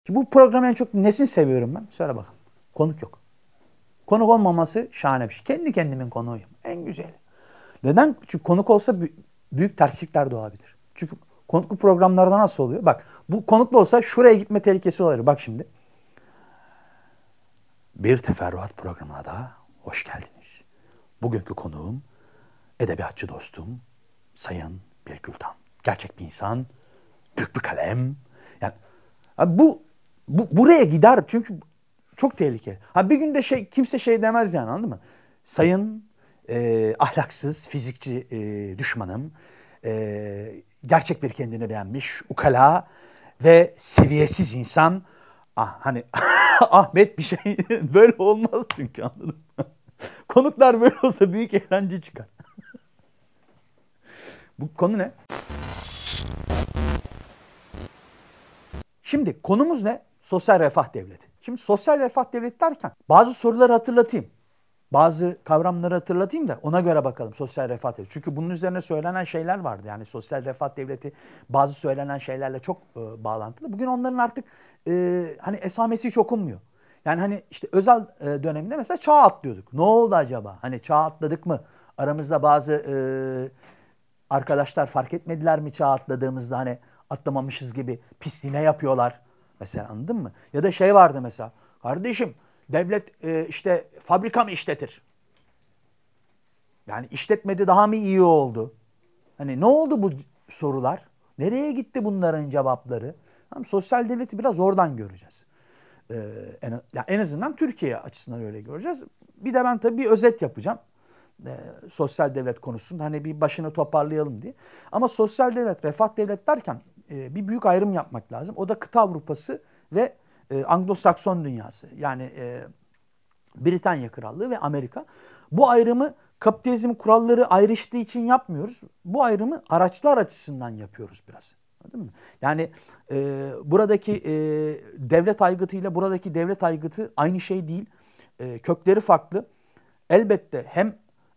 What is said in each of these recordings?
Bu programın en çok nesini seviyorum ben? Söyle bakalım. Konuk yok. Konuk olmaması şahane bir şey. Kendi kendimin konuğuyum. En güzeli. Neden? Çünkü konuk olsa büyük terslikler doğabilir. Çünkü konuklu programlarda nasıl oluyor? Bak bu konuklu olsa şuraya gitme tehlikesi olabilir. Bak şimdi. Bir teferruat programına da hoş geldiniz. Bugünkü konuğum edebiyatçı dostum Sayın Birgül Tan. Gerçek bir insan, büyük bir kalem. Yani buraya gider çünkü çok tehlikeli. Bir günde kimse şey demez yani, anladın mı? Sayın ahlaksız fizikçi düşmanım, gerçek bir kendini beğenmiş, ukala ve seviyesiz insan. Hani Ahmet bir şey böyle olmaz çünkü, anladın mı? Konuklar böyle olsa büyük eğlence çıkar. Bu konu ne? Şimdi konumuz ne? Sosyal refah devleti. Şimdi sosyal refah devleti derken bazı soruları hatırlatayım. Bazı kavramları hatırlatayım da ona göre bakalım sosyal refah devleti. Çünkü bunun üzerine söylenen şeyler vardı. Yani sosyal refah devleti bazı söylenen şeylerle çok bağlantılı. Bugün onların artık hani esamesi hiç okunmuyor. Yani hani işte Özal döneminde mesela çağ atlıyorduk. Ne oldu acaba? Hani çağ atladık mı? Aramızda bazı arkadaşlar fark etmediler mi çağ atladığımızda, hani atlamamışız gibi pisliğine yapıyorlar. Mesela, anladın mı? Ya da şey vardı mesela. Kardeşim devlet işte fabrika mı işletir? Yani işletmedi daha mı iyi oldu? Hani ne oldu bu sorular? Nereye gitti bunların cevapları? Tamam, sosyal devleti biraz oradan göreceğiz. En azından Türkiye açısından öyle göreceğiz. Bir de ben tabii bir özet yapacağım. Sosyal devlet konusunda hani bir başını toparlayalım diye. Ama sosyal devlet, refah devlet derken bir büyük ayrım yapmak lazım. O da kıta Avrupası ve Anglo-Sakson dünyası. Yani Britanya Krallığı ve Amerika. Bu ayrımı kapitalizmin kuralları ayrıştığı için yapmıyoruz. Bu ayrımı araçlar açısından yapıyoruz biraz. Anladın mı? Yani buradaki devlet aygıtıyla buradaki devlet aygıtı aynı şey değil. Kökleri farklı. Elbette hem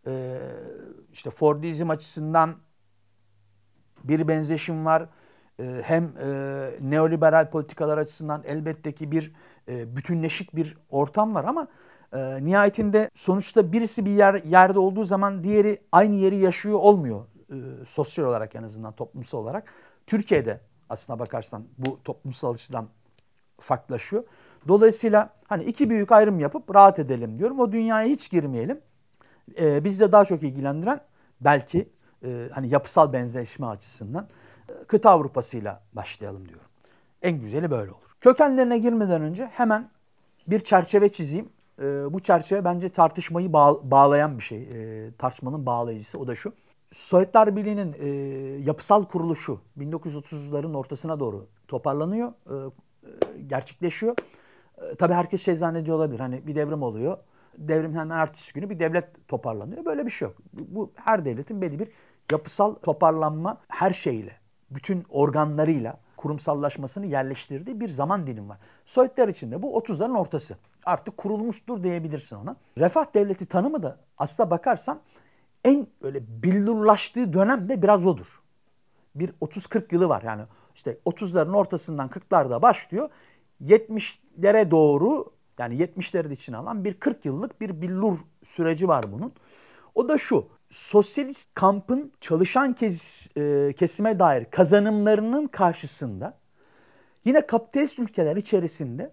işte Fordizm açısından bir benzeşim var. Hem neoliberal politikalar açısından elbette ki bir bütünleşik bir ortam var ama nihayetinde sonuçta birisi bir yerde olduğu zaman diğeri aynı yeri yaşıyor olmuyor. Sosyal olarak, en azından toplumsal olarak. Türkiye'de aslına bakarsan bu toplumsal açıdan farklılaşıyor. Dolayısıyla hani iki büyük ayrım yapıp rahat edelim diyorum. O dünyaya hiç girmeyelim. Bizi de daha çok ilgilendiren belki hani yapısal benzeşme açısından kıta Avrupa'sıyla başlayalım diyorum. En güzeli böyle olur. Kökenlerine girmeden önce hemen bir çerçeve çizeyim. Bu çerçeve bence tartışmayı bağlayan bir şey. Tartışmanın bağlayıcısı o da şu. Sovyetler Birliği'nin yapısal kuruluşu 1930'ların ortasına doğru toparlanıyor, gerçekleşiyor. Tabii herkes şey zannediyor olabilir. Hani bir devrim oluyor. Devrimin hemen ertesi günü bir devlet toparlanıyor. Böyle bir şey yok. Bu her devletin belli bir yapısal toparlanma, her şeyle, bütün organlarıyla kurumsallaşmasını yerleştirdiği bir zaman dilimi var. Sovyetler için de bu 30'ların ortası. Artık kurulmuştur diyebilirsin ona. Refah devleti tanımı da aslına bakarsan en böyle billurlaştığı dönem de biraz odur. Bir 30-40 yılı var. Yani işte 30'ların ortasından 40'larda başlıyor. 70'lere doğru, yani 70'leri de içine alan bir 40 yıllık bir billur süreci var bunun. O da şu: sosyalist kampın çalışan kesime dair kazanımlarının karşısında yine kapitalist ülkeler içerisinde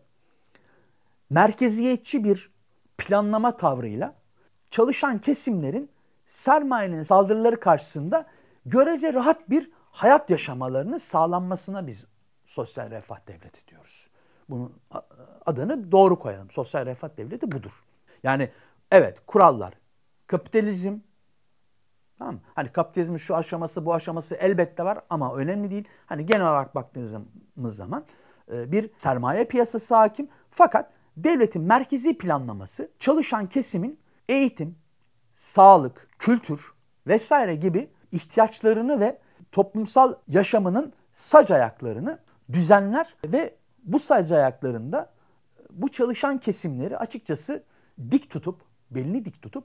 merkeziyetçi bir planlama tavrıyla çalışan kesimlerin sermayenin saldırıları karşısında görece rahat bir hayat yaşamalarını sağlanmasına biz sosyal refah devleti diyoruz. Bunun adını doğru koyalım. Sosyal refah devleti budur. Yani evet, kurallar, kapitalizm, tamam mı? Hani kapitalizmin şu aşaması bu aşaması elbette var ama önemli değil. Hani genel olarak baktığımız zaman bir sermaye piyasası hakim. Fakat devletin merkezi planlaması çalışan kesimin eğitim, sağlık, kültür vesaire gibi ihtiyaçlarını ve toplumsal yaşamının sac ayaklarını düzenler ve bu sac ayaklarında bu çalışan kesimleri açıkçası dik tutup, belini dik tutup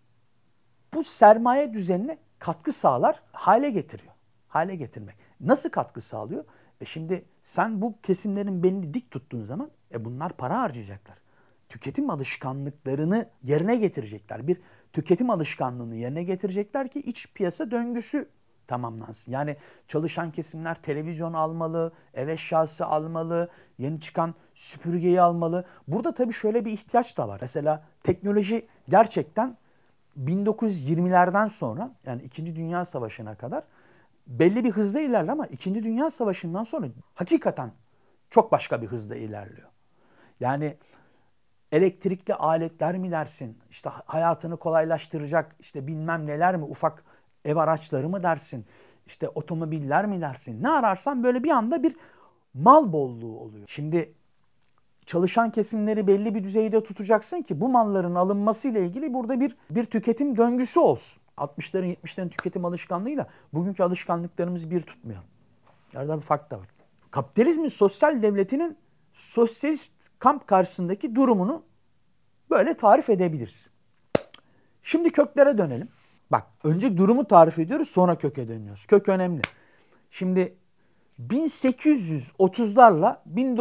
bu sermaye düzenine katkı sağlar hale getiriyor. Hale getirmek. Nasıl katkı sağlıyor? Şimdi sen bu kesimlerin belini dik tuttuğun zaman bunlar para harcayacaklar. Tüketim alışkanlıklarını yerine getirecekler. Bir tüketim alışkanlığını yerine getirecekler ki iç piyasa döngüsü tamamlansın. Yani çalışan kesimler televizyon almalı, ev eşyası almalı, yeni çıkan süpürgeyi almalı. Burada tabii şöyle bir ihtiyaç da var. Mesela teknoloji gerçekten 1920'lerden sonra, yani 2. Dünya Savaşı'na kadar belli bir hızda ilerliyor ama 2. Dünya Savaşı'ndan sonra hakikaten çok başka bir hızda ilerliyor. Yani elektrikli aletler mi dersin, işte hayatını kolaylaştıracak işte bilmem neler mi, ufak ev araçları mı dersin, işte otomobiller mi dersin, ne ararsan böyle bir anda bir mal bolluğu oluyor. Şimdi çalışan kesimleri belli bir düzeyde tutacaksın ki bu malların alınmasıyla ilgili burada bir tüketim döngüsü olsun. 60'ların 70'lerin tüketim alışkanlığıyla bugünkü alışkanlıklarımızı bir tutmayalım. Arada bir fark da var. Kapitalizmin sosyal devletinin sosyalist kamp karşısındaki durumunu böyle tarif edebiliriz. Şimdi köklere dönelim. Bak, önce durumu tarif ediyoruz, sonra köke dönüyoruz. Kök önemli. Şimdi 1830'larla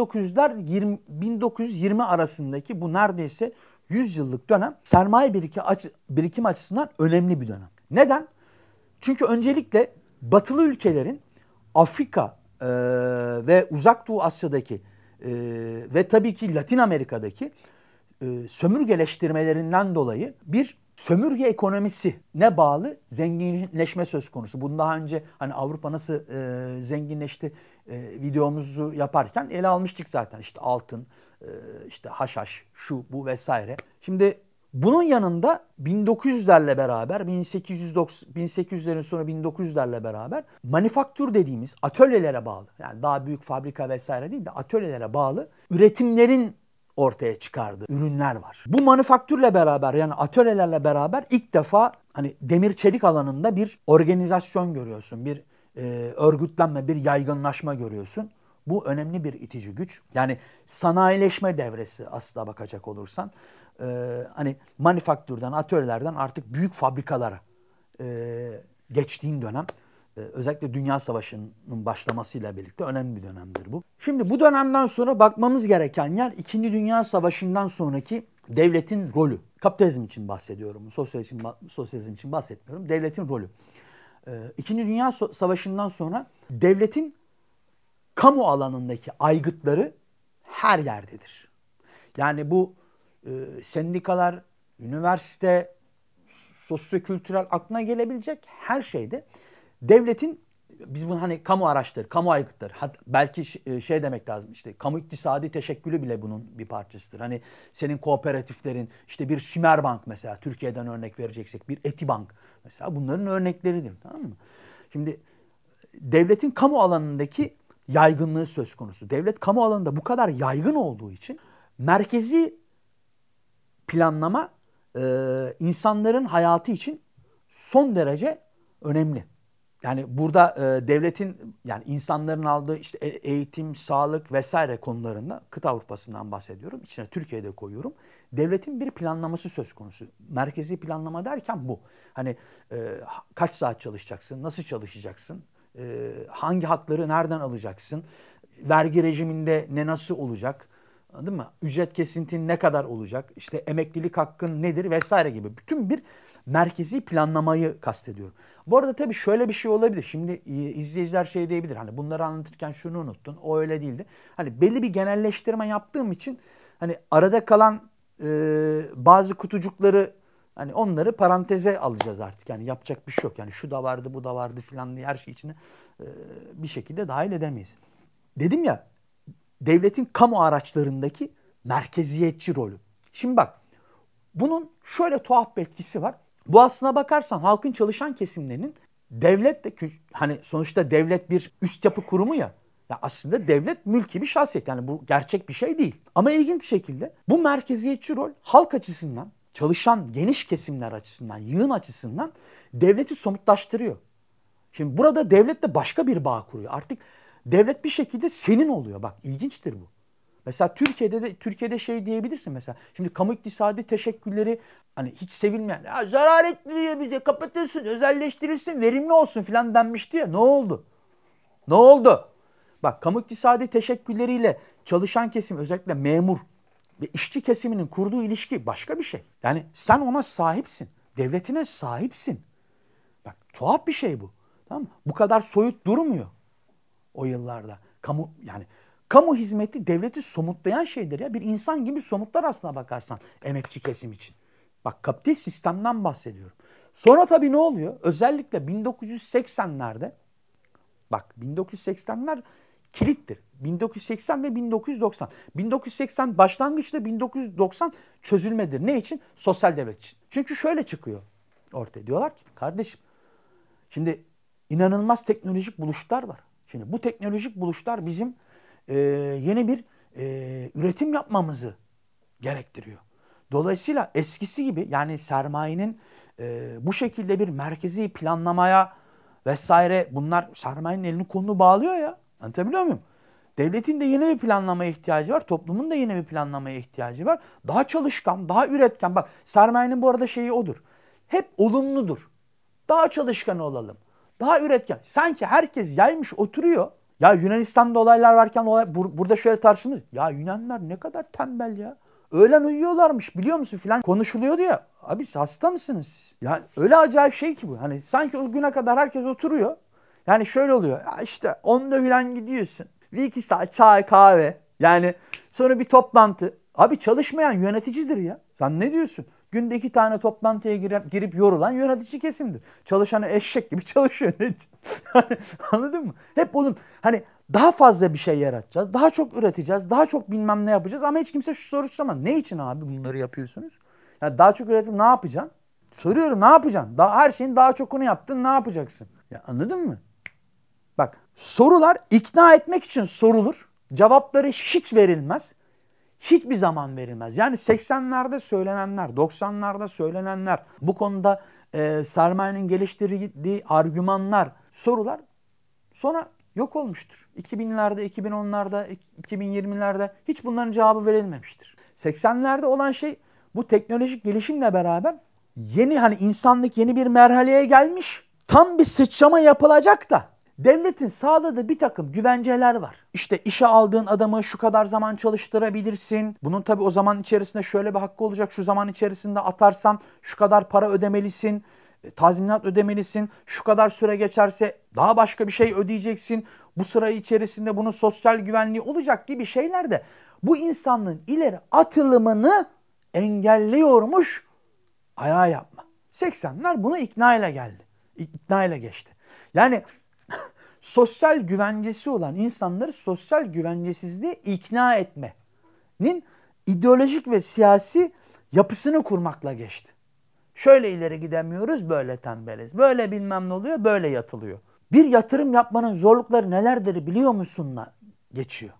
1920 arasındaki bu neredeyse 100 yıllık dönem sermaye birikim açısından önemli bir dönem. Neden? Çünkü öncelikle batılı ülkelerin Afrika ve Uzak Doğu Asya'daki ve tabii ki Latin Amerika'daki sömürgeleştirmelerinden dolayı bir sömürge ekonomisine bağlı zenginleşme söz konusu. Bunu daha önce hani Avrupa nasıl zenginleşti videomuzu yaparken ele almıştık zaten. İşte altın, işte haşhaş, şu bu vesaire. Şimdi bunun yanında 1900'lerle beraber 1800'lerin sonra 1900'lerle beraber manifaktür dediğimiz atölyelere bağlı, yani daha büyük fabrika vesaire değil de atölyelere bağlı üretimlerin ortaya çıkardığı ürünler var. Bu manifaktürle beraber, yani atölyelerle beraber ilk defa hani demir çelik alanında bir organizasyon görüyorsun. Bir örgütlenme, bir yaygınlaşma görüyorsun. Bu önemli bir itici güç. Yani sanayileşme devresi aslına bakacak olursan. Hani manifaktürden, atölyelerden artık büyük fabrikalara geçtiğin dönem. Özellikle Dünya Savaşı'nın başlamasıyla birlikte önemli bir dönemdir bu. Şimdi bu dönemden sonra bakmamız gereken yer 2. Dünya Savaşı'ndan sonraki devletin rolü. Kapitalizm için bahsediyorum, sosyalizm için bahsetmiyorum. Devletin rolü. 2. Dünya Savaşı'ndan sonra devletin kamu alanındaki aygıtları her yerdedir. Yani bu sendikalar, üniversite, sosyokültürel aklına gelebilecek her şeyde devletin, biz bunu hani kamu araçları, kamu aygıtları, belki şey demek lazım, işte kamu iktisadi teşekkülü bile bunun bir parçasıdır. Hani senin kooperatiflerin, işte bir Sümerbank mesela, Türkiye'den örnek vereceksek bir Etibank mesela, bunların örnekleridir, tamam mı? Şimdi devletin kamu alanındaki yaygınlığı söz konusu. Devlet kamu alanında bu kadar yaygın olduğu için merkezi planlama insanların hayatı için son derece önemli. Yani burada devletin, yani insanların aldığı işte eğitim, sağlık vesaire konularında, kıta Avrupa'sından bahsediyorum, İçine Türkiye'de koyuyorum. Devletin bir planlaması söz konusu. Merkezi planlama derken bu. Hani kaç saat çalışacaksın, nasıl çalışacaksın, hangi hakları nereden alacaksın, vergi rejiminde ne nasıl olacak, anladın mı? Ücret kesintin ne kadar olacak, işte emeklilik hakkın nedir vesaire gibi bütün bir merkezi planlamayı kastediyorum. Bu arada tabii şöyle bir şey olabilir. Şimdi izleyiciler şey diyebilir. Hani bunları anlatırken şunu unuttun. O öyle değildi. Hani belli bir genelleştirme yaptığım için hani arada kalan bazı kutucukları, hani onları paranteze alacağız artık. Yani yapacak bir şey yok. Yani şu da vardı, bu da vardı filan diye her şey içine bir şekilde dahil edemeyiz. Dedim ya, devletin kamu araçlarındaki merkeziyetçi rolü. Şimdi bak, bunun şöyle tuhaf bir etkisi var. Bu aslına bakarsan halkın çalışan kesimlerinin devlet de, hani sonuçta devlet bir üst yapı kurumu ya. Ya aslında devlet mülki bir şahsiyet. Yani bu gerçek bir şey değil. Ama ilginç bir şekilde bu merkeziyetçi rol halk açısından, çalışan geniş kesimler açısından, yığın açısından devleti somutlaştırıyor. Şimdi burada devlet de başka bir bağ kuruyor. Artık devlet bir şekilde senin oluyor. Bak, ilginçtir bu. Mesela Türkiye'de şey diyebilirsin mesela. Şimdi kamu iktisadi teşekkülleri hani hiç sevilmeyen, ya zarar ettiriyor bize, kapatırsın, özelleştirirsin, verimli olsun filan denmişti ya. Ne oldu? Ne oldu? Bak, kamu iktisadi teşekkülleriyle çalışan kesim, özellikle memur ve işçi kesiminin kurduğu ilişki başka bir şey. Yani sen ona sahipsin. Devletine sahipsin. Bak, tuhaf bir şey bu. Tamam mı? Bu kadar soyut durmuyor o yıllarda. Kamu hizmeti devleti somutlayan şeydir ya. Bir insan gibi somutlar aslına bakarsan emekçi kesim için. Bak, kapitalist sistemden bahsediyorum. Sonra tabii ne oluyor? Özellikle 1980'lerde, bak 1980'ler kilittir. 1980 ve 1990. 1980 başlangıçta, 1990 çözülmedir. Ne için? Sosyal devlet için. Çünkü şöyle çıkıyor ortaya. Diyorlar ki kardeşim, şimdi inanılmaz teknolojik buluşlar var. Şimdi bu teknolojik buluşlar bizim yeni bir üretim yapmamızı gerektiriyor. Dolayısıyla eskisi gibi, yani sermayenin bu şekilde bir merkezi planlamaya vesaire, bunlar sermayenin elini kolunu bağlıyor ya. Anlatabiliyor muyum? Devletin de yeni bir planlamaya ihtiyacı var. Toplumun da yeni bir planlamaya ihtiyacı var. Daha çalışkan, daha üretken. Bak, sermayenin bu arada şeyi odur. Hep olumludur. Daha çalışkan olalım. Daha üretken. Sanki herkes yaymış oturuyor. Ya Yunanistan'da olaylar varken burada şöyle tartışılmış. Ya Yunanlar ne kadar tembel ya. Öğlen uyuyorlarmış biliyor musun filan konuşuluyordu ya. Abi hasta mısınız siz? Yani öyle acayip şey ki bu. Hani sanki o güne kadar herkes oturuyor. Yani şöyle oluyor. Ya işte 10'da filan gidiyorsun. Bir iki saat çay kahve. Yani sonra bir toplantı. Abi çalışmayan yöneticidir ya. Sen ne diyorsun? Günde 2 tane toplantıya girip yorulan yönetici kesimdir. Çalışanı eşek gibi çalışıyor. Anladın mı? Hep onun hani daha fazla bir şey yaratacağız. Daha çok üreteceğiz. Daha çok bilmem ne yapacağız. Ama hiç kimse şu soruyu sormaz. Ne için abi bunları yapıyorsunuz? Yani daha çok üretim ne yapacaksın? Soruyorum, ne yapacaksın? Her şeyin daha çokunu yaptın, ne yapacaksın? Ya anladın mı? Bak, sorular ikna etmek için sorulur. Cevapları hiç verilmez. Hiçbir zaman verilmez. Yani 80'lerde söylenenler, 90'larda söylenenler, bu konuda sermayenin geliştirdiği argümanlar, sorular sonra yok olmuştur. 2000'lerde, 2010'larda, 2020'lerde hiç bunların cevabı verilmemiştir. 80'lerde olan şey, bu teknolojik gelişimle beraber hani insanlık yeni bir merhaleye gelmiş. Tam bir sıçrama yapılacak da devletin sağladığı bir takım güvenceler var. İşte işe aldığın adamı şu kadar zaman çalıştırabilirsin. Bunun tabii o zaman içerisinde şöyle bir hakkı olacak. Şu zaman içerisinde atarsan şu kadar para ödemelisin. Tazminat ödemelisin. Şu kadar süre geçerse daha başka bir şey ödeyeceksin. Bu süre içerisinde bunun sosyal güvenliği olacak gibi şeyler de bu insanlığın ileri atılımını engelliyormuş ayağı yapma. 80'ler buna ikna ile geldi. İkna ile geçti. Yani sosyal güvencesi olan insanları sosyal güvencesizliğe ikna etmenin ideolojik ve siyasi yapısını kurmakla geçti. Şöyle ileri gidemiyoruz, böyle tembeliz. Böyle bilmem ne oluyor, böyle yatılıyor. Bir yatırım yapmanın zorlukları nelerdir biliyor musunla geçiyor.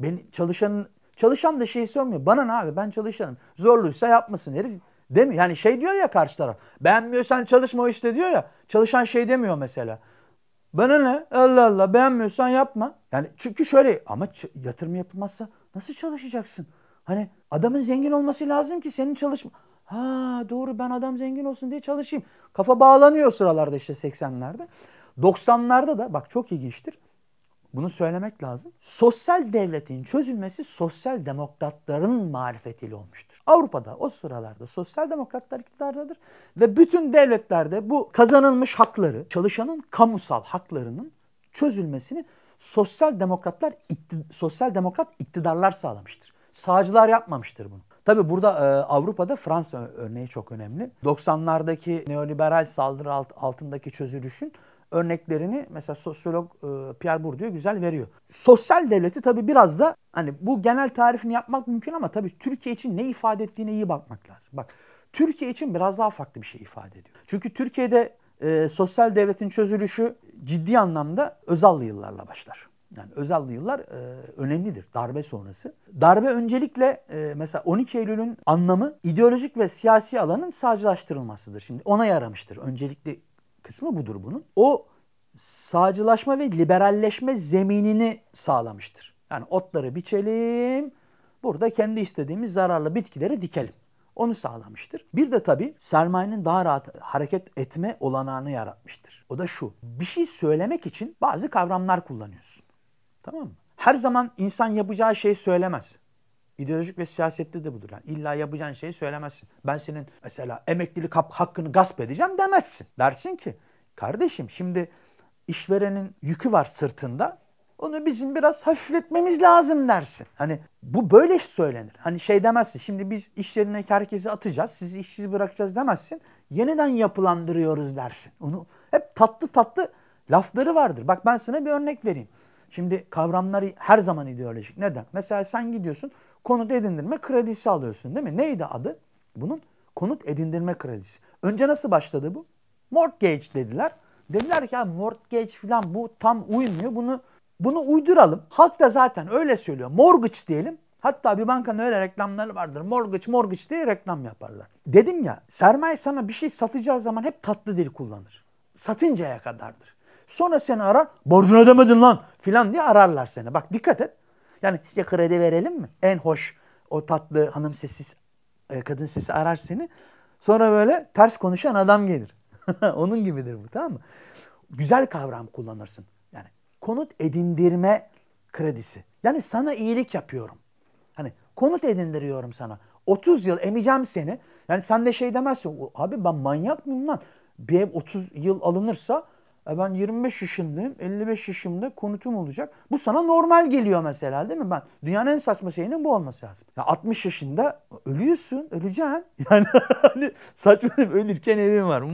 Çalışan da şey sormuyor. Bana ne abi, ben çalışanım. Zorluysa yapmasın herif. Demiyor. Yani şey diyor ya karşı taraf. Beğenmiyorsan çalışma o işte diyor ya. Çalışan şey demiyor mesela. Bana ne? Allah Allah, beğenmiyorsan yapma. Yani çünkü şöyle, ama yatırım yapılmazsa nasıl çalışacaksın? Hani adamın zengin olması lazım ki senin çalışma. Ha doğru, ben adam zengin olsun diye çalışayım. Kafa bağlanıyor sıralarda işte 80'lerde. 90'larda da bak çok ilginçtir. Bunu söylemek lazım. Sosyal devletin çözülmesi sosyal demokratların marifetiyle olmuştur. Avrupa'da o sıralarda sosyal demokratlar iktidardadır ve bütün devletlerde bu kazanılmış hakları, çalışanın kamusal haklarının çözülmesini sosyal demokrat iktidarlar sağlamıştır. Sağcılar yapmamıştır bunu. Tabii burada Avrupa'da Fransa örneği çok önemli. 90'lardaki neoliberal saldırı altındaki çözülüşün örneklerini mesela sosyolog Pierre Bourdieu güzel veriyor. Sosyal devleti tabii biraz da hani bu genel tarifini yapmak mümkün ama tabii Türkiye için ne ifade ettiğine iyi bakmak lazım. Bak, Türkiye için biraz daha farklı bir şey ifade ediyor. Çünkü Türkiye'de sosyal devletin çözülüşü ciddi anlamda Özallı yıllarla başlar. Yani Özallı yıllar önemlidir darbe sonrası. Darbe öncelikle mesela 12 Eylül'ün anlamı ideolojik ve siyasi alanın sağcılaştırılmasıdır. Şimdi ona yaramıştır. Öncelikli kısmı budur bunun. O sağcılaşma ve liberalleşme zeminini sağlamıştır. Yani otları biçelim, burada kendi istediğimiz zararlı bitkileri dikelim. Onu sağlamıştır. Bir de tabii sermayenin daha rahat hareket etme olanağını yaratmıştır. O da şu: bir şey söylemek için bazı kavramlar kullanıyorsun. Tamam mı? Her zaman insan yapacağı şeyi söylemez. İdeolojik ve siyasette de budur. Yani illa yapacağın şeyi söylemezsin. Ben senin mesela emeklilik hakkını gasp edeceğim demezsin. Dersin ki kardeşim şimdi işverenin yükü var sırtında. Onu bizim biraz hafifletmemiz lazım dersin. Hani bu böyle söylenir. Hani şey demezsin. Şimdi biz iş yerindeki herkesi atacağız. Sizi işsiz bırakacağız demezsin. Yeniden yapılandırıyoruz dersin. Onu hep tatlı tatlı lafları vardır. Bak ben sana bir örnek vereyim. Şimdi kavramlar her zaman ideolojik. Neden? Mesela sen gidiyorsun konut edindirme kredisi alıyorsun değil mi? Neydi adı? Bunun konut edindirme kredisi. Önce nasıl başladı bu? Mortgage dediler. Dediler ki ya mortgage falan bu tam uymuyor. Bunu uyduralım. Halk da zaten öyle söylüyor. Mortgage diyelim. Hatta bir bankanın öyle reklamları vardır. Mortgage diye reklam yaparlar. Dedim ya sermaye sana bir şey satacağı zaman hep tatlı dil kullanır. Satıncaya kadardır. Sonra seni arar. Borcunu ödemedin lan filan diye ararlar seni. Bak dikkat et. Yani size kredi verelim mi? En hoş o tatlı hanım sesi, kadın sesi arar seni. Sonra böyle ters konuşan adam gelir. Onun gibidir bu, tamam mı? Güzel kavram kullanırsın. Yani konut edindirme kredisi. Yani sana iyilik yapıyorum. Hani konut edindiriyorum sana. 30 yıl emeceğim seni. Yani sen de şey demezsin. Abi ben manyak mıyım lan? Bir ev 30 yıl alınırsa ben 25 yaşındayım, 55 yaşımda konutum olacak. Bu sana normal geliyor mesela değil mi? Dünyanın en saçma şeyinin bu olması lazım. Ya 60 yaşında ölüyorsun, öleceksin. Yani hani saçma değil mi? Ölürken evim var.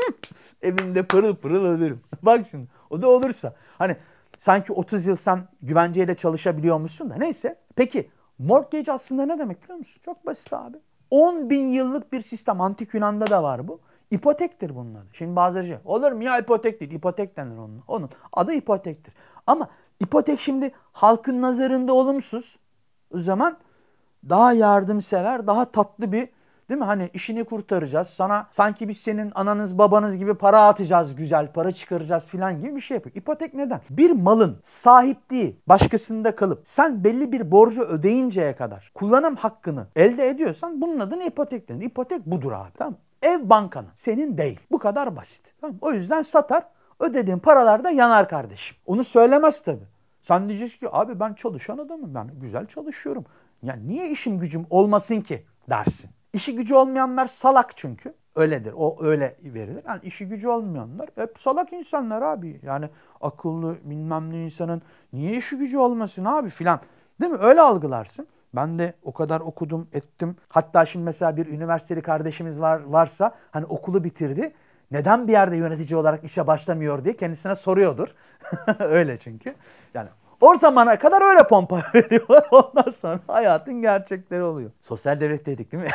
Evimde pırıl pırıl ölürüm. Bak şimdi o da olursa. Hani sanki 30 yıl sen güvenceyle çalışabiliyormuşsun da neyse. Peki mortgage aslında ne demek biliyor musun? Çok basit abi. 10 bin yıllık bir sistem. Antik Yunan'da da var bu. İpotektir bunun adı. Şimdi bazıları şey, olur mu ya ipotek değil. İpotek denir onun. Onun adı ipotektir. Ama ipotek şimdi halkın nazarında olumsuz. O zaman daha yardımsever, daha tatlı bir, değil mi? Hani işini kurtaracağız. Sana sanki biz senin ananız babanız gibi para atacağız, güzel para çıkaracağız filan gibi bir şey yapıyor. İpotek neden? Bir malın sahipliği başkasında kalıp sen belli bir borcu ödeyinceye kadar kullanım hakkını elde ediyorsan bunun adına ipotek denir. İpotek budur abi, tamam mı? Ev bankanın, senin değil. Bu kadar basit. Tamam. O yüzden satar, ödediğin paralar da yanar kardeşim. Onu söylemez tabii. Sen diyeceksin ki abi ben çalışan adamım, ben güzel çalışıyorum. Ya niye işim gücüm olmasın ki dersin. İşi gücü olmayanlar salak çünkü. Öyledir. O öyle verilir. Yani işi gücü olmayanlar hep salak insanlar abi. Yani akıllı bilmem ne insanın niye işi gücü olmasın abi filan. Değil mi? Öyle algılarsın. Ben de o kadar okudum, ettim. Hatta şimdi mesela bir üniversiteli kardeşimiz varsa hani okulu bitirdi. Neden bir yerde yönetici olarak işe başlamıyor diye kendisine soruyordur. Öyle çünkü. Yani o zamana kadar öyle pompa veriyorlar. Ondan sonra hayatın gerçekleri oluyor. Sosyal devletteydik değil mi?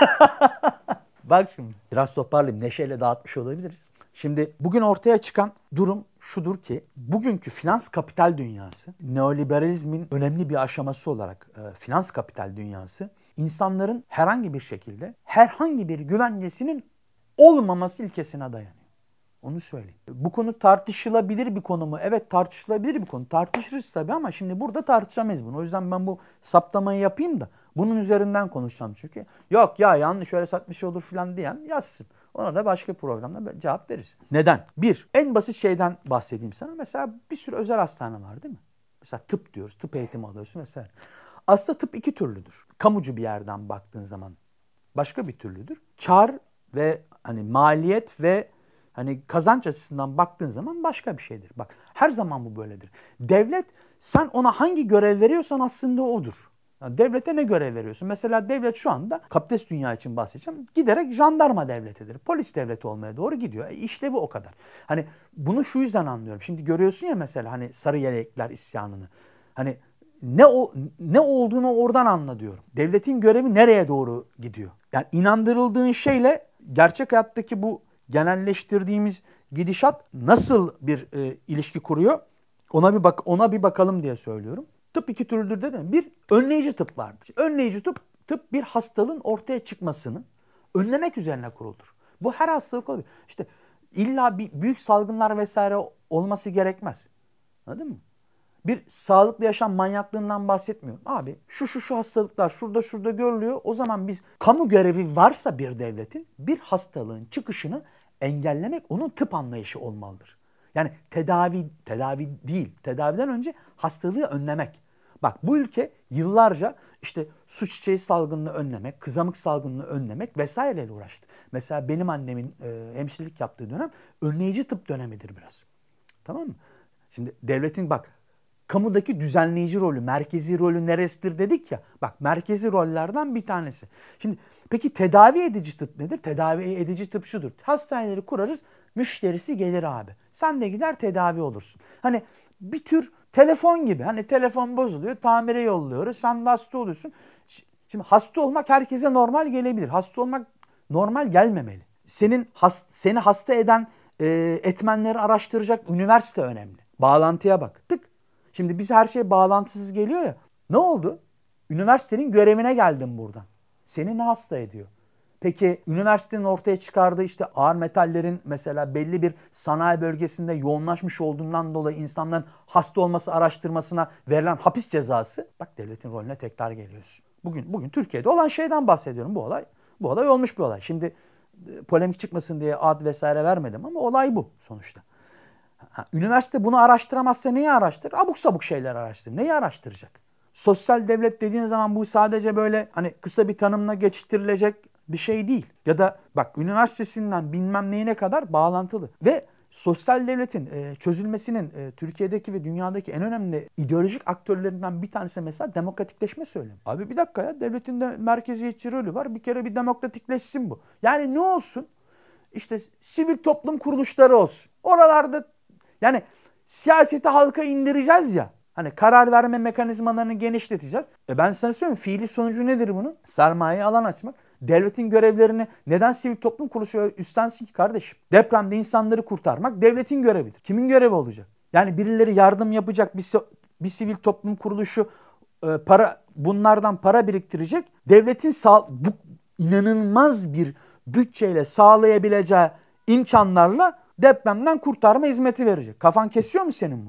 Bak şimdi biraz toparlayayım. Neşeyle dağıtmış olabiliriz. Şimdi bugün ortaya çıkan durum şudur ki bugünkü finans kapital dünyası, neoliberalizmin önemli bir aşaması olarak finans kapital dünyası insanların herhangi bir şekilde herhangi bir güvencesinin olmaması ilkesine dayanıyor. Onu söyleyeyim. Bu konu tartışılabilir bir konu mu? Evet tartışılabilir bir konu. Tartışırız tabii ama şimdi burada tartışamayız bunu. O yüzden ben bu saptamayı yapayım da bunun üzerinden konuşacağım çünkü. Yok ya yanlış öyle satmış olur falan diyen yazsın. Ona da başka programda cevap veririz. Neden? Bir, en basit şeyden bahsedeyim sana. Mesela bir sürü özel hastane var değil mi? Mesela tıp diyoruz. Tıp eğitimi alıyorsun vesaire. Aslında tıp iki türlüdür. Kamucu bir yerden baktığın zaman başka bir türlüdür. Kar ve hani maliyet ve hani kazanç açısından baktığın zaman başka bir şeydir. Bak her zaman bu böyledir. Devlet sen ona hangi görev veriyorsan aslında odur. Yani devlete ne görev veriyorsun? Mesela devlet şu anda kapitalist dünya için bahsedeceğim. Giderek jandarma devletidir. Polis devleti olmaya doğru gidiyor. İşlevi o kadar. Hani bunu şu yüzden anlıyorum. Şimdi görüyorsun ya mesela hani sarı yelekler isyanını. Hani ne olduğunu oradan anla diyorum. Devletin görevi nereye doğru gidiyor? Yani inandırıldığın şeyle gerçek hayattaki bu genelleştirdiğimiz gidişat nasıl bir ilişki kuruyor? Ona bir bakalım diye söylüyorum. Tıp iki türlüdür dedim. Bir önleyici tıp vardır. Önleyici tıp bir hastalığın ortaya çıkmasını önlemek üzerine kurulur. Bu her hastalık oluyor. İşte illa bir büyük salgınlar vesaire olması gerekmez. Anladın mı? Bir sağlıklı yaşam manyaklığından bahsetmiyorum. Abi şu hastalıklar şurada görülüyor. O zaman biz kamu görevi varsa bir devletin bir hastalığın çıkışını engellemek onun tıp anlayışı olmalıdır. Yani tedavi değil. Tedaviden önce hastalığı önlemek. Bak bu ülke yıllarca işte su çiçeği salgınını önlemek, kızamık salgınını önlemek vesaireyle uğraştı. Mesela benim annemin hemşirelik yaptığı dönem önleyici tıp dönemidir biraz. Tamam mı? Şimdi devletin bak kamudaki düzenleyici rolü, merkezi rolü neresidir dedik ya. Bak merkezi rollerden bir tanesi. Şimdi peki tedavi edici tıp nedir? Tedavi edici tıp şudur. Hastaneleri kurarız, müşterisi gelir abi. Sen de gider tedavi olursun. Hani bir tür telefon gibi. Hani telefon bozuluyor, tamire yolluyoruz. Sen de hasta oluyorsun. Şimdi hasta olmak herkese normal gelebilir. Hasta olmak normal gelmemeli. Seni hasta eden etmenleri araştıracak üniversite önemli. Bağlantıya bak. Tık. Şimdi biz her şey bağlantısız geliyor ya. Ne oldu? Üniversitenin görevine geldim buradan. Seni ne hasta ediyor? Peki üniversitenin ortaya çıkardığı işte ağır metallerin mesela belli bir sanayi bölgesinde yoğunlaşmış olduğundan dolayı insanların hasta olması araştırmasına verilen hapis cezası. Bak devletin rolüne tekrar geliyorsun. Bugün Türkiye'de olan şeyden bahsediyorum. Bu olay olmuş bir olay. Şimdi polemik çıkmasın diye ad vesaire vermedim ama olay bu sonuçta. Üniversite bunu araştıramazsa neyi araştırır? Abuk sabuk şeyler araştırır. Neyi araştıracak? Sosyal devlet dediğin zaman bu sadece böyle hani kısa bir tanımla geçiştirilecek bir şey değil. Ya da bak üniversitesinden bilmem neyine kadar bağlantılı. Ve sosyal devletin çözülmesinin Türkiye'deki ve dünyadaki en önemli ideolojik aktörlerinden bir tanesi mesela demokratikleşme söylemi. Abi bir dakika ya devletin de merkeziyetçi rolü var. Bir kere bir demokratikleşsin bu. Yani ne olsun? İşte sivil toplum kuruluşları olsun. Oralarda yani siyaseti halka indireceğiz ya. Hani karar verme mekanizmalarını genişleteceğiz. Ben sana söyleyeyim fiili sonucu nedir bunun? Sermayeyi alan açmak. Devletin görevlerini neden sivil toplum kuruluşu üstlensin ki kardeşim? Depremde insanları kurtarmak devletin görevidir. Kimin görevi olacak? Yani birileri yardım yapacak bir sivil toplum kuruluşu bunlardan para biriktirecek. Devletin bu inanılmaz bir bütçeyle sağlayabileceği imkanlarla depremden kurtarma hizmeti verecek. Kafan kesiyor mu senin bunu?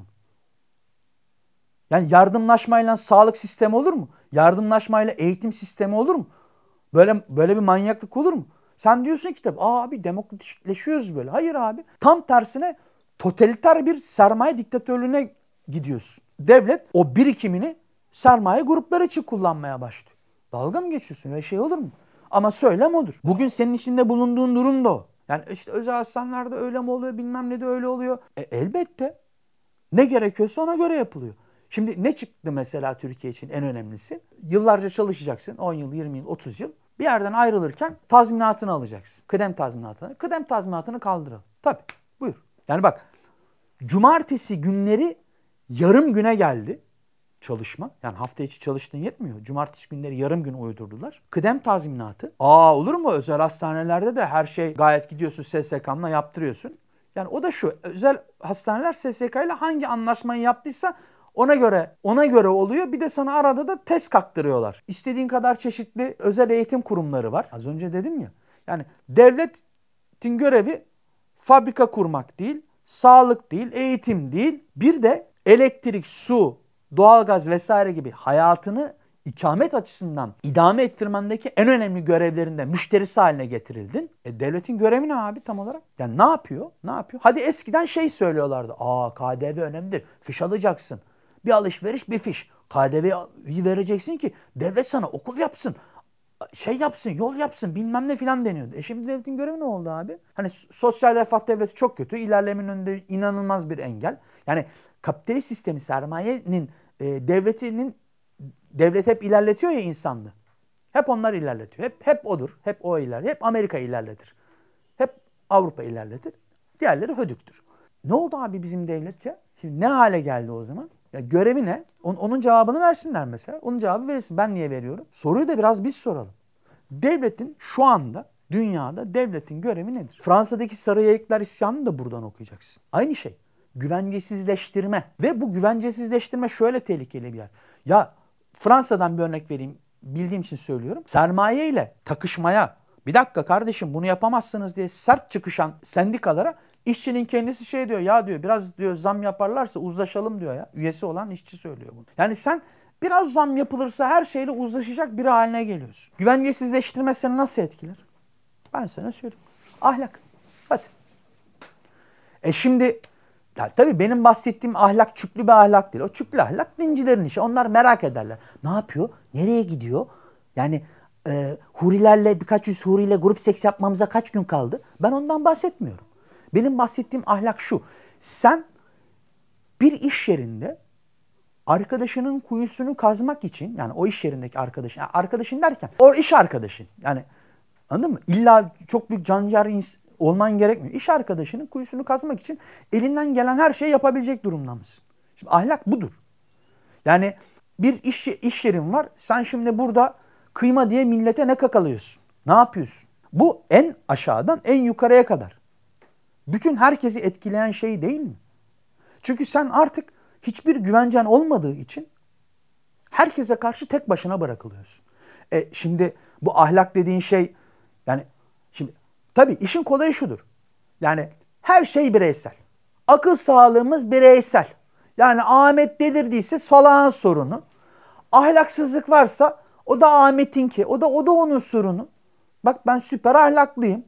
Yani yardımlaşmayla sağlık sistemi olur mu? Yardımlaşmayla eğitim sistemi olur mu? Böyle bir manyaklık olur mu? Sen diyorsun ki tabii abi demokratikleşiyoruz böyle. Hayır abi. Tam tersine totaliter bir sermaye diktatörlüğüne gidiyorsun. Devlet o birikimini sermaye grupları için kullanmaya başlıyor. Dalga mı geçiyorsun? Öyle şey olur mu? Ama söylem odur. Bugün senin içinde bulunduğun durum da o. Yani işte özel hastanelerde öyle mi oluyor bilmem ne de öyle oluyor. Elbette. Ne gerekiyorsa ona göre yapılıyor. Şimdi ne çıktı mesela Türkiye için en önemlisi? Yıllarca çalışacaksın. 10 yıl, 20 yıl, 30 yıl. Bir yerden ayrılırken tazminatını alacaksın. Kıdem tazminatını. Kıdem tazminatını kaldıralım. Tabii. Buyur. Yani bak cumartesi günleri yarım güne geldi çalışma. Yani hafta içi çalıştığın yetmiyor. Cumartesi günleri yarım gün uydurdular. Kıdem tazminatı. Olur mu? Özel hastanelerde de her şey gayet gidiyorsun SSK'nla yaptırıyorsun. Yani o da şu. Özel hastaneler SSK ile hangi anlaşmayı yaptıysa ona göre oluyor. Bir de sana arada da test kaktırıyorlar. İstediğin kadar çeşitli özel eğitim kurumları var. Az önce dedim ya. Yani devletin görevi fabrika kurmak değil, sağlık değil, eğitim değil. Bir de elektrik, su, doğalgaz vesaire gibi hayatını ikamet açısından idame ettirmendeki en önemli görevlerinde müşterisi haline getirildin. Devletin görevi ne abi tam olarak? Yani ne yapıyor? Hadi eskiden şey söylüyorlardı. KDV önemlidir. Fiş alacaksın. Bir alışveriş bir fiş. KDV'yi vereceksin ki devlet sana okul yapsın. Şey yapsın, yol yapsın bilmem ne filan deniyordu. Şimdi devletin görevi ne oldu abi? Hani sosyal refah devleti çok kötü. İlerlemenin önünde inanılmaz bir engel. Yani kapitalist sistemi sermayenin devlet hep ilerletiyor ya insanlığı. Hep onlar ilerletiyor. Hep odur. Hep o ilerler. Hep Amerika ilerletir. Hep Avrupa ilerletir. Diğerleri hödüktür. Ne oldu abi bizim devlet ya? Şimdi ne hale geldi o zaman? Ya görevi ne? Onun cevabını versinler mesela. Onun cevabı verilsin. Ben niye veriyorum? Soruyu da biraz biz soralım. Devletin şu anda dünyada devletin görevi nedir? Fransa'daki Sarı Yelekler isyanını da buradan okuyacaksın. Aynı şey. Güvencesizleştirme. Ve bu güvencesizleştirme şöyle tehlikeli bir yer. Ya Fransa'dan bir örnek vereyim. Bildiğim için söylüyorum. Sermaye ile takışmaya, bir dakika kardeşim bunu yapamazsınız diye sert çıkışan sendikalara işçinin kendisi şey diyor. Ya diyor biraz diyor zam yaparlarsa uzlaşalım diyor ya. Üyesi olan işçi söylüyor bunu. Yani sen biraz zam yapılırsa her şeyle uzlaşacak biri haline geliyorsun. Güvencesizleştirme seni nasıl etkiler? Ben sana söyleyeyim. Ahlak. Hadi. Şimdi Ya tabii benim bahsettiğim ahlak çüklü bir ahlak değil. O çüklü ahlak dincilerin işi. Onlar merak ederler. Ne yapıyor? Nereye gidiyor? Yani hurilerle birkaç yüz huriyle grup seks yapmamıza kaç gün kaldı? Ben ondan bahsetmiyorum. Benim bahsettiğim ahlak şu. Sen bir iş yerinde arkadaşının kuyusunu kazmak için, yani o iş yerindeki arkadaşın, yani arkadaşın derken o iş arkadaşın, yani anladın mı? İlla çok büyük cancağır olman gerekmiyor. İş arkadaşının kuyusunu kazmak için elinden gelen her şeyi yapabilecek durumda mısın? Şimdi ahlak budur. Yani bir iş yerin var. Sen şimdi burada kıyma diye millete ne kakalıyorsun? Ne yapıyorsun? Bu en aşağıdan en yukarıya kadar. Bütün herkesi etkileyen şey değil mi? Çünkü sen artık hiçbir güvencen olmadığı için herkese karşı tek başına bırakılıyorsun. Şimdi bu ahlak dediğin şey, yani şimdi tabii işin kolayı şudur. Yani her şey bireysel. Akıl sağlığımız bireysel. Yani Ahmet delirdiyse salağın sorunu. Ahlaksızlık varsa o da Ahmet'inki. O da onun sorunu. Bak ben süper ahlaklıyım.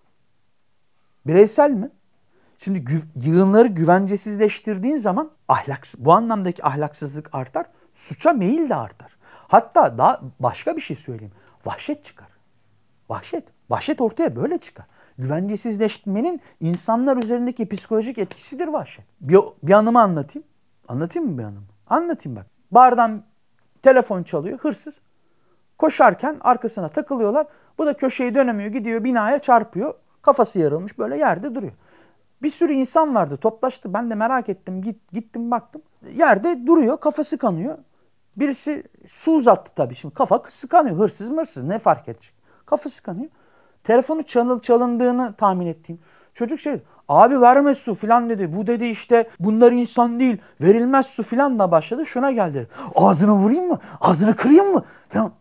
Bireysel mi? Şimdi yığınları güvencesizleştirdiğin zaman bu anlamdaki ahlaksızlık artar. Suça meyil de artar. Hatta daha başka bir şey söyleyeyim. Vahşet çıkar. Vahşet. Vahşet ortaya böyle çıkar. Güvencesizleşmenin insanlar üzerindeki psikolojik etkisidir vahşet. Bir anımı anlatayım. Anlatayım mı bir anımı? Anlatayım bak. Bardan telefon çalıyor hırsız. Koşarken arkasına takılıyorlar. Bu da köşeyi dönemiyor, gidiyor binaya çarpıyor. Kafası yarılmış böyle yerde duruyor. Bir sürü insan vardı, toplaştı. Ben de merak ettim, gittim baktım. Yerde duruyor, kafası kanıyor. Birisi su uzattı tabii. Şimdi kafa kanıyor. Hırsız ne fark edecek? Kafası kanıyor. Telefonu çalındığını tahmin ettiğim çocuk şey, abi verme su filan dedi. Bu dedi işte bunlar insan değil, verilmez su filanla başladı. Şuna geldi. Ağzını vurayım mı? Ağzını kırayım mı? Falan.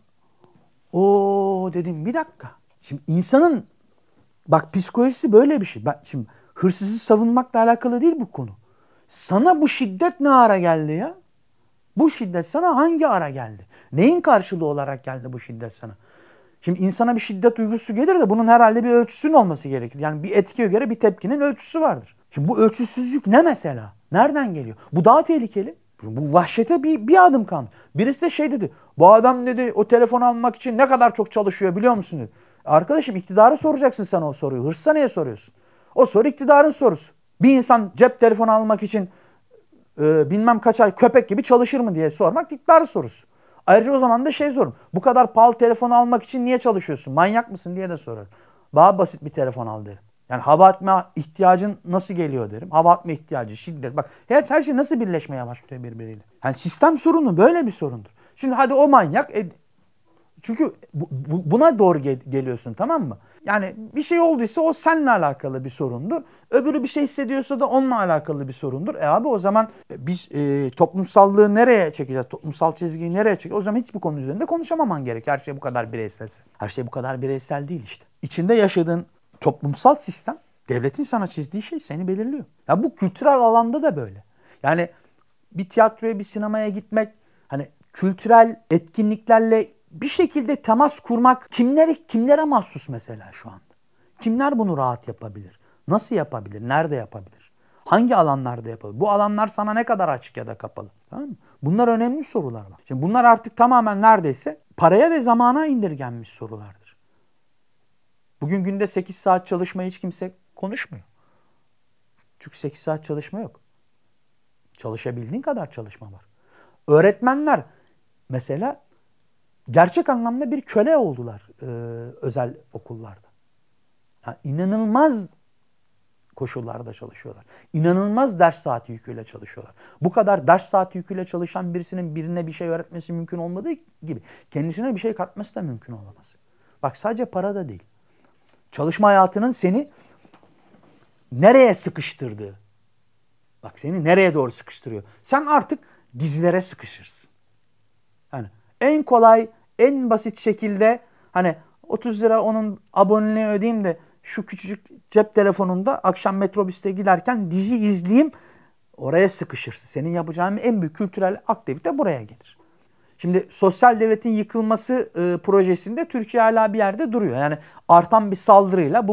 Oo dedim bir dakika. Şimdi insanın bak psikolojisi böyle bir şey. Şimdi hırsızı savunmakla alakalı değil bu konu. Sana bu şiddet ne ara geldi ya? Bu şiddet sana hangi ara geldi? Neyin karşılığı olarak geldi bu şiddet sana? Şimdi insana bir şiddet duygusu gelir de bunun herhalde bir ölçüsünün olması gerekir. Yani bir etkiye göre bir tepkinin ölçüsü vardır. Şimdi bu ölçüsüzlük ne mesela? Nereden geliyor? Bu daha tehlikeli. Bu vahşete bir adım kaldı. Birisi de şey dedi. Bu adam dedi o telefonu almak için ne kadar çok çalışıyor biliyor musun dedi. Arkadaşım iktidara soracaksın sen o soruyu. Hırsıza niye soruyorsun? O soru iktidarın sorusu. Bir insan cep telefonu almak için bilmem kaç ay köpek gibi çalışır mı diye sormak iktidarın sorusu. Ayrıca o zaman da şey sorum. Bu kadar pahalı telefonu almak için niye çalışıyorsun? Manyak mısın diye de sorarım. Daha basit bir telefon al derim. Yani hava atma ihtiyacın nasıl geliyor derim. Hava atma ihtiyacı, şiddet. Bak her şey nasıl birleşmeye başlıyor birbiriyle. Yani sistem sorunu böyle bir sorundur. Şimdi hadi o manyak. Çünkü buna doğru geliyorsun tamam mı? Yani bir şey olduysa o seninle alakalı bir sorundur. Öbürü bir şey hissediyorsa da onunla alakalı bir sorundur. Abi o zaman biz toplumsallığı nereye çekeceğiz? Toplumsal çizgiyi nereye çekeceğiz? O zaman hiçbir konu üzerinde konuşamaman gerek. Her şey bu kadar bireyselse. Her şey bu kadar bireysel değil işte. İçinde yaşadığın toplumsal sistem, devletin sana çizdiği şey seni belirliyor. Ya bu kültürel alanda da böyle. Yani bir tiyatroya, bir sinemaya gitmek, hani kültürel etkinliklerle bir şekilde temas kurmak kimlere mahsus mesela şu anda? Kimler bunu rahat yapabilir? Nasıl yapabilir? Nerede yapabilir? Hangi alanlarda yapabilir? Bu alanlar sana ne kadar açık ya da kapalı? Tamam mı? Bunlar önemli sorular var. Şimdi bunlar artık tamamen neredeyse paraya ve zamana indirgenmiş sorulardır. Bugün günde 8 saat çalışmayı hiç kimse konuşmuyor. Çünkü 8 saat çalışma yok. Çalışabildiğin kadar çalışma var. Öğretmenler mesela gerçek anlamda bir köle oldular özel okullarda. Yani inanılmaz koşullarda çalışıyorlar. İnanılmaz ders saati yüküyle çalışıyorlar. Bu kadar ders saati yüküyle çalışan birisinin birine bir şey öğretmesi mümkün olmadığı gibi kendisine bir şey katması da mümkün olamaz. Bak sadece para da değil. Çalışma hayatının seni nereye sıkıştırdığı. Bak seni nereye doğru sıkıştırıyor. Sen artık dizilere sıkışırsın. Yani en kolay, en basit şekilde hani 30 lira onun aboneliğini ödeyeyim de şu küçücük cep telefonunda akşam metrobüste giderken dizi izleyeyim, oraya sıkışırsın. Senin yapacağın en büyük kültürel aktivite buraya gelir. Şimdi sosyal devletin yıkılması projesinde Türkiye hala bir yerde duruyor. Yani artan bir saldırıyla bu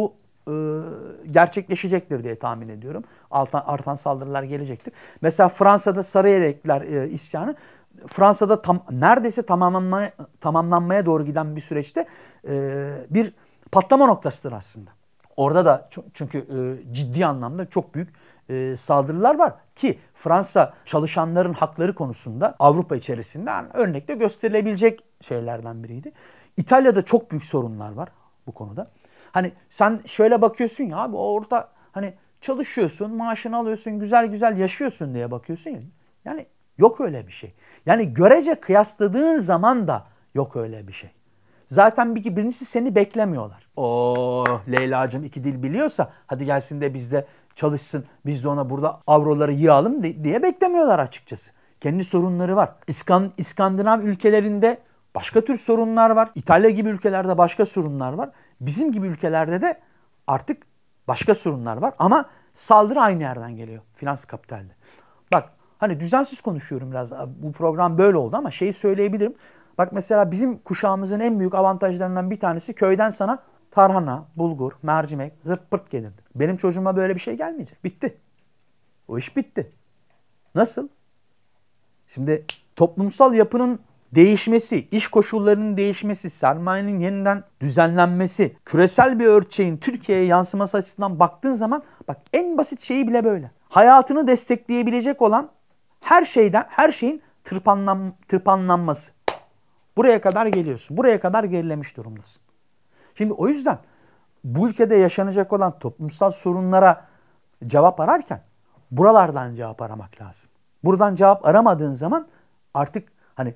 gerçekleşecektir diye tahmin ediyorum. Artan saldırılar gelecektir. Mesela Fransa'da Sarıyerlikler isyanı Fransa'da neredeyse tamamlanmaya doğru giden bir süreçte bir patlama noktasıdır aslında. Orada da çünkü ciddi anlamda çok büyük saldırılar var ki Fransa çalışanların hakları konusunda Avrupa içerisinde örnekte gösterilebilecek şeylerden biriydi. İtalya'da çok büyük sorunlar var bu konuda. Hani sen şöyle bakıyorsun ya abi orada hani çalışıyorsun, maaşını alıyorsun, güzel güzel yaşıyorsun diye bakıyorsun ya. Yani yok öyle bir şey. Yani görece kıyasladığın zaman da yok öyle bir şey. Zaten birincisi seni beklemiyorlar. Leyla'cığım 2 dil biliyorsa hadi gelsin de bizde çalışsın. Biz de ona burada avroları yığalım diye beklemiyorlar açıkçası. Kendi sorunları var. İskandinav ülkelerinde başka tür sorunlar var. İtalya gibi ülkelerde başka sorunlar var. Bizim gibi ülkelerde de artık başka sorunlar var. Ama saldırı aynı yerden geliyor. Finans kapitalde. Bak hani düzensiz konuşuyorum biraz. Bu program böyle oldu ama şeyi söyleyebilirim. Bak mesela bizim kuşağımızın en büyük avantajlarından bir tanesi köyden sana tarhana, bulgur, mercimek, zırt pırt gelirdi. Benim çocuğuma böyle bir şey gelmeyecek. Bitti. O iş bitti. Nasıl? Şimdi toplumsal yapının değişmesi, iş koşullarının değişmesi, sermayenin yeniden düzenlenmesi, küresel bir ölçeğin Türkiye'ye yansıması açısından baktığın zaman bak en basit şeyi bile böyle. Hayatını destekleyebilecek olan her şeyin tırpanlanması. Buraya kadar geliyorsun. Buraya kadar gerilemiş durumdasın. Şimdi o yüzden bu ülkede yaşanacak olan toplumsal sorunlara cevap ararken buralardan cevap aramak lazım. Buradan cevap aramadığın zaman artık hani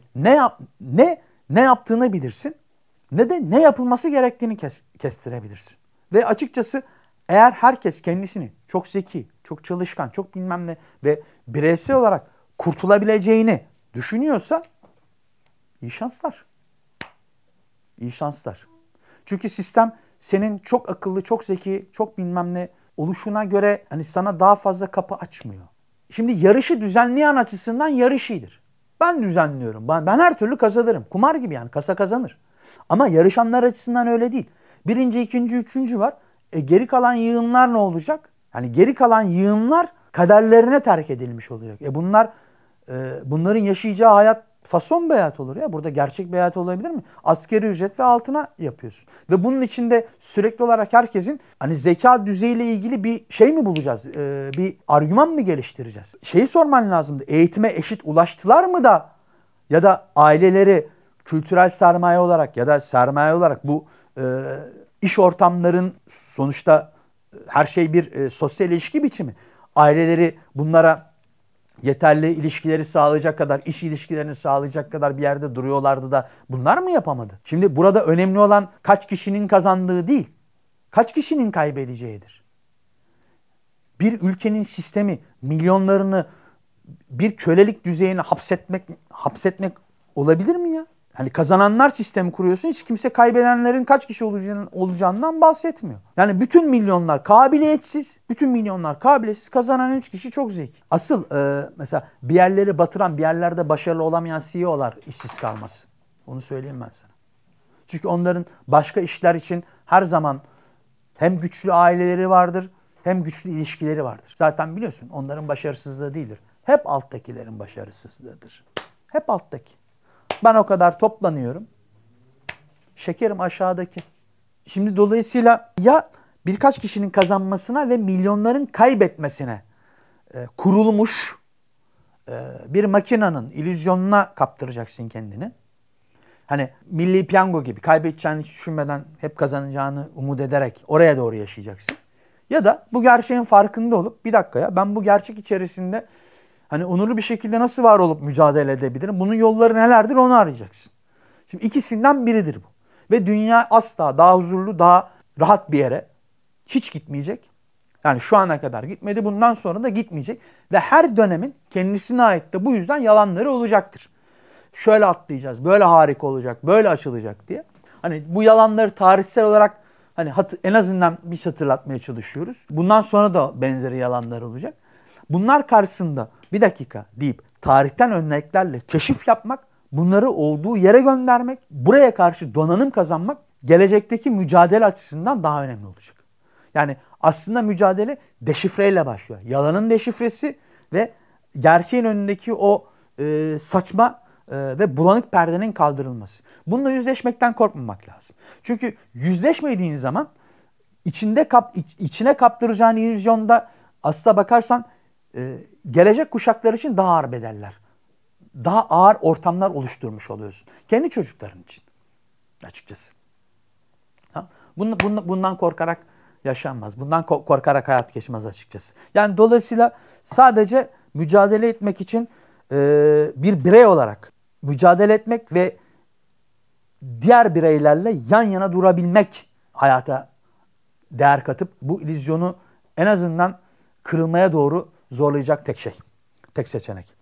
ne yaptığını bilirsin ne de ne yapılması gerektiğini kestirebilirsin. Ve açıkçası eğer herkes kendisini çok zeki, çok çalışkan, çok bilmem ne ve bireysel olarak kurtulabileceğini düşünüyorsa iyi şanslar. İyi şanslar. Çünkü sistem senin çok akıllı, çok zeki, çok bilmem ne oluşuna göre hani sana daha fazla kapı açmıyor. Şimdi yarışı düzenleyen açısından yarış iyidir. Ben düzenliyorum. Ben her türlü kazanırım. Kumar gibi yani kasa kazanır. Ama yarışanlar açısından öyle değil. Birinci, ikinci, üçüncü var. Geri kalan yığınlar ne olacak? Yani geri kalan yığınlar kaderlerine terk edilmiş olacak. Bunların yaşayacağı hayat fason bir hayat olur ya. Burada gerçek bir hayat olabilir mi? Asgari ücret ve altına yapıyorsun. Ve bunun içinde sürekli olarak herkesin hani zeka düzeyiyle ilgili bir şey mi bulacağız? Bir argüman mı geliştireceğiz? Şeyi sorman lazımdı. Eğitime eşit ulaştılar mı da ya da aileleri kültürel sermaye olarak ya da sermaye olarak bu iş ortamların sonuçta her şey bir sosyal ilişki biçimi. Aileleri bunlara yeterli ilişkileri sağlayacak kadar, iş ilişkilerini sağlayacak kadar bir yerde duruyorlardı da bunlar mı yapamadı? Şimdi burada önemli olan kaç kişinin kazandığı değil, kaç kişinin kaybedeceğidir. Bir ülkenin sistemi milyonlarını bir kölelik düzeyine hapsetmek olabilir mi ya? Hani kazananlar sistemi kuruyorsun, hiç kimse kaybedenlerin kaç kişi olacağından bahsetmiyor. Yani bütün milyonlar kabiliyetsiz, kazanan 3 kişi çok zeki. Asıl mesela bir yerleri batıran, bir yerlerde başarılı olamayan CEO'lar işsiz kalması. Onu söyleyeyim ben sana. Çünkü onların başka işler için her zaman hem güçlü aileleri vardır, hem güçlü ilişkileri vardır. Zaten biliyorsun onların başarısızlığı değildir. Hep alttakilerin başarısızlığıdır. Hep alttaki. Ben o kadar toplanıyorum. Şekerim aşağıdaki. Şimdi dolayısıyla ya birkaç kişinin kazanmasına ve milyonların kaybetmesine kurulmuş bir makinenin illüzyonuna kaptıracaksın kendini. Hani milli piyango gibi kaybedeceğini hiç düşünmeden hep kazanacağını umut ederek oraya doğru yaşayacaksın. Ya da bu gerçeğin farkında olup bir dakika ya ben bu gerçek içerisinde hani onurlu bir şekilde nasıl var olup mücadele edebilirim? Bunun yolları nelerdir onu arayacaksın. Şimdi ikisinden biridir bu. Ve dünya asla daha huzurlu, daha rahat bir yere hiç gitmeyecek. Yani şu ana kadar gitmedi, bundan sonra da gitmeyecek. Ve her dönemin kendisine ait de bu yüzden yalanları olacaktır. Şöyle atlayacağız, böyle harika olacak, böyle açılacak diye. Hani bu yalanları tarihsel olarak hani en azından bir hatırlatmaya çalışıyoruz. Bundan sonra da benzeri yalanlar olacak. Bunlar karşısında bir dakika deyip tarihten örneklerle keşif yapmak, bunları olduğu yere göndermek, buraya karşı donanım kazanmak gelecekteki mücadele açısından daha önemli olacak. Yani aslında mücadele deşifreyle başlıyor. Yalanın deşifresi ve gerçeğin önündeki o saçma ve bulanık perdenin kaldırılması. Bununla yüzleşmekten korkmamak lazım. Çünkü yüzleşmediğin zaman içine kaptıracağın illüzyonda aslına bakarsan gelecek kuşaklar için daha ağır bedeller, daha ağır ortamlar oluşturmuş oluyorsun. Kendi çocukların için açıkçası. Bundan korkarak yaşanmaz. Bundan korkarak hayat geçmez açıkçası. Yani dolayısıyla sadece mücadele etmek için bir birey olarak mücadele etmek ve diğer bireylerle yan yana durabilmek hayata değer katıp bu illüzyonu en azından kırılmaya doğru zorlayacak tek şey. Tek seçenek.